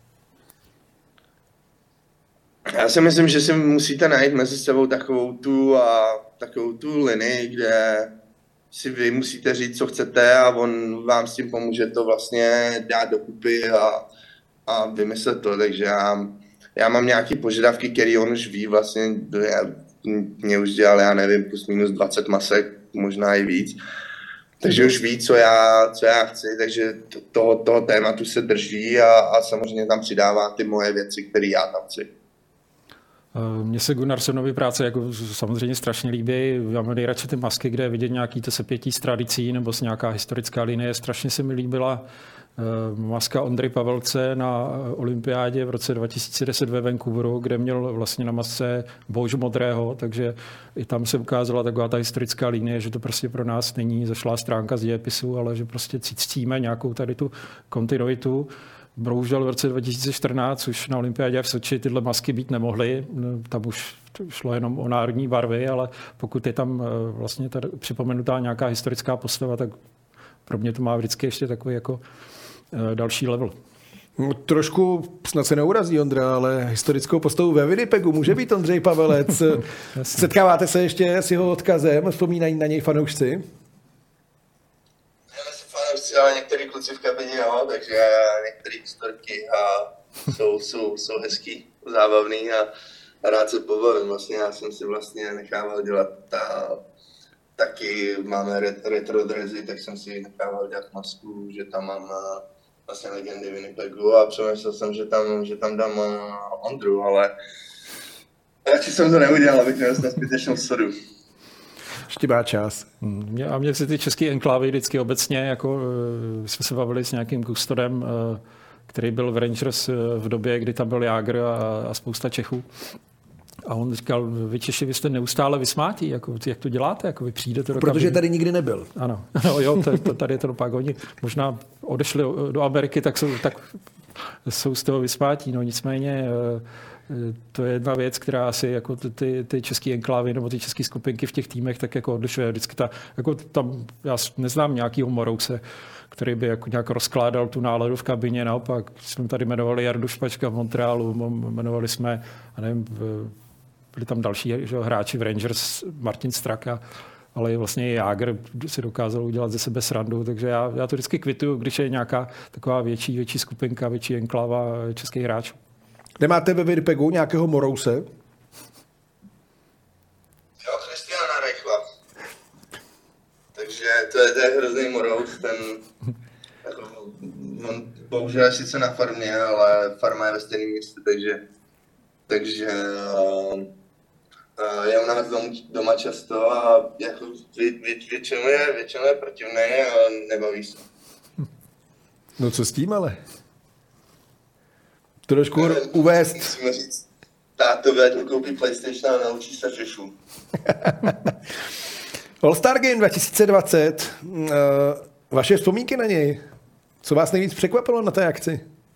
Já si myslím, že si musíte najít mezi sebou takovou tu linii, kde si vy musíte říct, co chcete a on vám s tím pomůže to vlastně dát dokupy a vymyslet to. Takže já mám nějaké požadavky, které on už ví vlastně, mě už dělal, já nevím, plus minus 20 masek, možná i víc. Takže už ví, co já chci, takže toho tématu se drží a samozřejmě tam přidává ty moje věci, které já tam chci. Mně se Gunnarssonovy práce jako samozřejmě strašně líbí. Já mám nejradši ty masky, kde je vidět nějaký to sepětí s tradicí nebo s nějaká historická linie. Strašně se mi líbila maska Ondry Pavelce na olympiádě v roce 2010 ve Vancouveru, kde měl vlastně na masce bouž modrého, takže i tam se ukázala taková ta historická linie, že to prostě pro nás není zašlá stránka z dějepisu, ale že prostě cítíme nějakou tady tu kontinuitu. Bohužel v roce 2014 už na olympiádě v Soči tyhle masky být nemohly. Tam už šlo jenom o národní barvy, ale pokud je tam vlastně tady připomenutá nějaká historická postava, tak pro mě to má vždycky ještě takový jako další level. No, trošku snad se neurazí Ondra, ale historickou postavu ve Winnipegu může být Ondřej Pavelec. Setkáváte se ještě s jeho odkazem? Vzpomínají na něj fanoušci? Ale některý kluci v kabině, jo, takže některé historky jsou hezký, zábavný a rád se pobavím. Vlastně já jsem si vlastně nechával dělat taky máme retro dresy, tak jsem si nechával dělat masku, že tam mám vlastně legendy Winnipegu a přemýšlel jsem, že tam dám Ondru, ale radši jsem to neudělal, abych nedostal zbytečnou sodu. Ještě má čas. A mě se ty české enklávy vždycky obecně, jako jsme se bavili s nějakým kustodem, který byl v Rangers v době, kdy tam byl Jágr a spousta Čechů, A on říkal, vy Češi, vy jste neustále vysmátí, jako, jak to děláte, jako vy přijdete do Protože kabiny. tady nikdy nebyl. Ano, no, jo, tady je to pak. Oni možná odešli do Ameriky, tak jsou z toho vysmátí. No, nicméně to je jedna věc, která asi jako ty české enklávy nebo ty české skupinky v těch týmech tak jako odlišuje. Vždycky jako tam, já neznám nějakýho Morouse, který by jako nějak rozkládal tu náladu v kabině. Naopak jsme tady jmenovali Jardu Špačka v Montrealu, jmenovali jsme, nevím, byli tam další hráči v Rangers, Martin Straka, ale vlastně i Jágr si dokázal udělat ze sebe srandu, takže já to vždycky kvituju, když je nějaká taková větší skupinka, větší enkláva českých hráčů. Nemáte ve Winnipegu nějakého Morouse? Jo, Kristiana Reichla. Takže to je hrozný Morous, ten jako, on bohužel je sice na farmě, ale farma je ve stejném městě, takže je u nás doma často a jako většinou je protivný a nebaví se. No co s tím ale? Trošku uvést. Musíme říct, tátovi, ať mu koupí PlayStation a naučí se řešu. All-Star Game 2020. Vaše vzpomínky na něj? Co vás nejvíc překvapilo na té akci?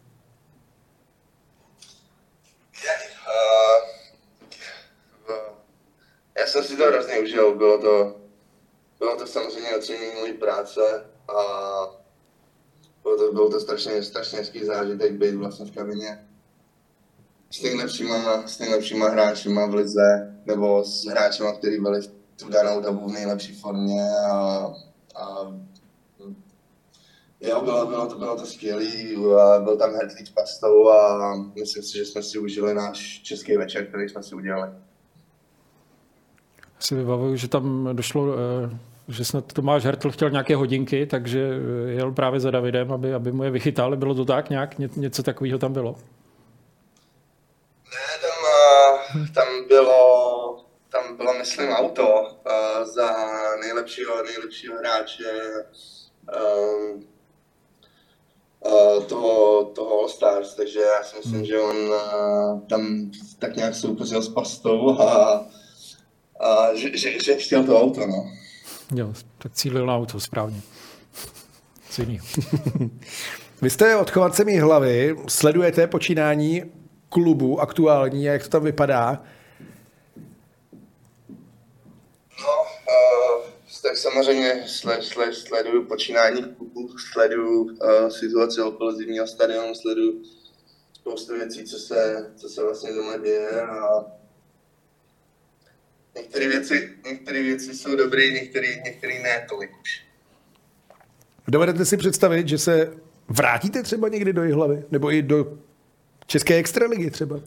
Já jsem si to hrozně užil, bylo to samozřejmě ocenění mojí práce a bylo to strašně hezký zážitek být vlastně v kabině s nejlepšíma hráčima v lize, nebo s hráčima, kteří byli v tu danou dobu v nejlepší formě a jo, bylo to skvělý, byl tam Hertlík s pastou a myslím si, že jsme si užili náš český večer, který jsme si udělali. Si vybavuju, že tam došlo, že snad Tomáš Hertl chtěl nějaké hodinky, takže jel právě za Davidem, aby mu je vychytali. Bylo to tak nějak? Něco takového tam bylo? Ne, tam bylo, myslím, auto za nejlepšího hráče toho All-Stars, takže já si myslím, že on tam tak nějak soupeřil s pastou a že chtěl to auto, no. Jo, tak cílil na auto, správně. Co jiný. Vy jste odchovancem Jihlavy, sledujete počínání klubu aktuální, jak to tam vypadá? No, tak samozřejmě sleduju počínání klubu, sleduju situaci okolo zimního stadionu, sleduju spoustu věcí, co se vlastně doma děje a některé věci jsou dobré, některé ne tolik už. Dovedete si představit, že se vrátíte třeba někdy do Jihlavy? Nebo i do české extraligy třeba?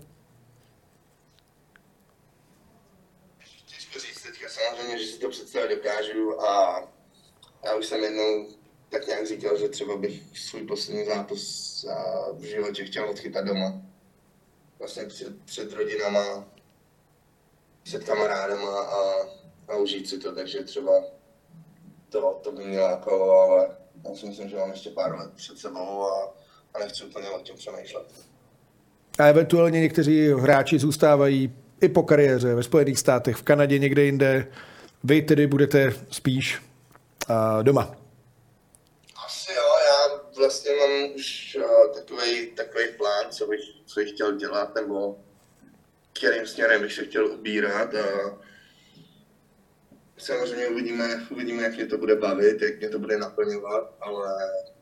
Těžko říct teďka samozřejmě, že si to představit dokážu a já už jsem jednou tak nějak říkal, že třeba bych svůj poslední zápas v životě chtěl odchytat doma. Vlastně před rodinama, před kamarádama a užít si to, takže třeba to by mě lákalo, ale já si myslím, že mám ještě pár let před sebou a nechci úplně o tím přemýšlet. A eventuálně někteří hráči zůstávají i po kariéře ve Spojených státech, v Kanadě, někde jinde. Vy tedy budete spíš doma. Asi jo, já vlastně mám už takový plán, co bych chtěl dělat, nebo kterým směrem bych se chtěl ubírat a samozřejmě uvidíme, jak mě to bude bavit, jak mě to bude naplňovat, ale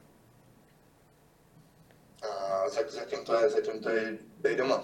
zatím to je být doma.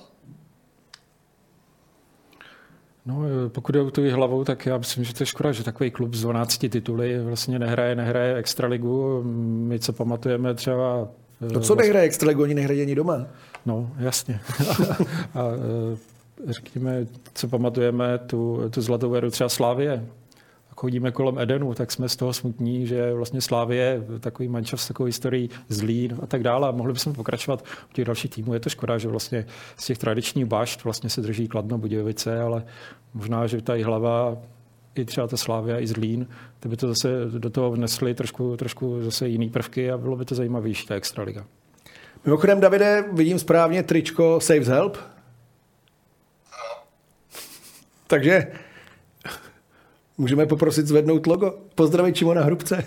No, pokud je o tu Jihlavou, tak já myslím, že to je škoda, že takový klub z 12 tituly vlastně nehraje extraligu. My co pamatujeme třeba... No co nehraje extraligu, oni nehrají ani doma. No, jasně. A řekněme, co pamatujeme, tu zlatou éru třeba Slavie. Chodíme kolem Edenu, tak jsme z toho smutní, že vlastně Slavie, takový mančaft s takovou historií, Zlín a tak dále. Mohli bychom pokračovat u těch dalších týmů. Je to škoda, že vlastně z těch tradičních bašt vlastně se drží Kladno, Budějovice, ale možná, že ta Jihlava, i třeba ta Slavia, i Zlín, to by to zase do toho vnesli trošku zase jiný prvky a bylo by to zajímavější, ta extraliga. Mimochodem, Davide, vidím správně tričko Saves Help? Takže můžeme poprosit zvednout logo. Pozdravit Šimona Hrubce.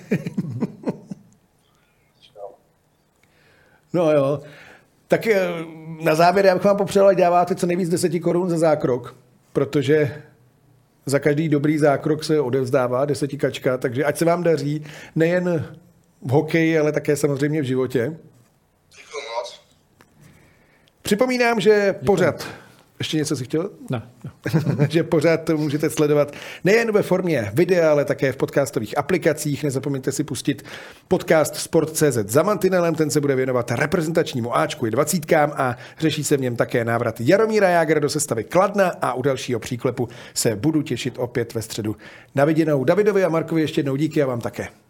No jo. Tak na závěr já bych vám popřál, ať dáváte co nejvíc 10 korun za zákrok, protože za každý dobrý zákrok se odevzdává 10 kačka, takže ať se vám daří nejen v hokeji, ale také samozřejmě v životě. Děkuji moc. Připomínám, že pořad... Ještě něco si chtěl? Ne. Že pořád můžete sledovat nejen ve formě videa, ale také v podcastových aplikacích. Nezapomeňte si pustit podcast Sport.cz za mantinelem, ten se bude věnovat reprezentačnímu Ačku i 20 a řeší se v něm také návrat Jaromíra Jágra do sestavy Kladna a u dalšího příklepu se budu těšit opět ve středu. Na viděnou Davidovi a Markovi ještě jednou díky a vám také.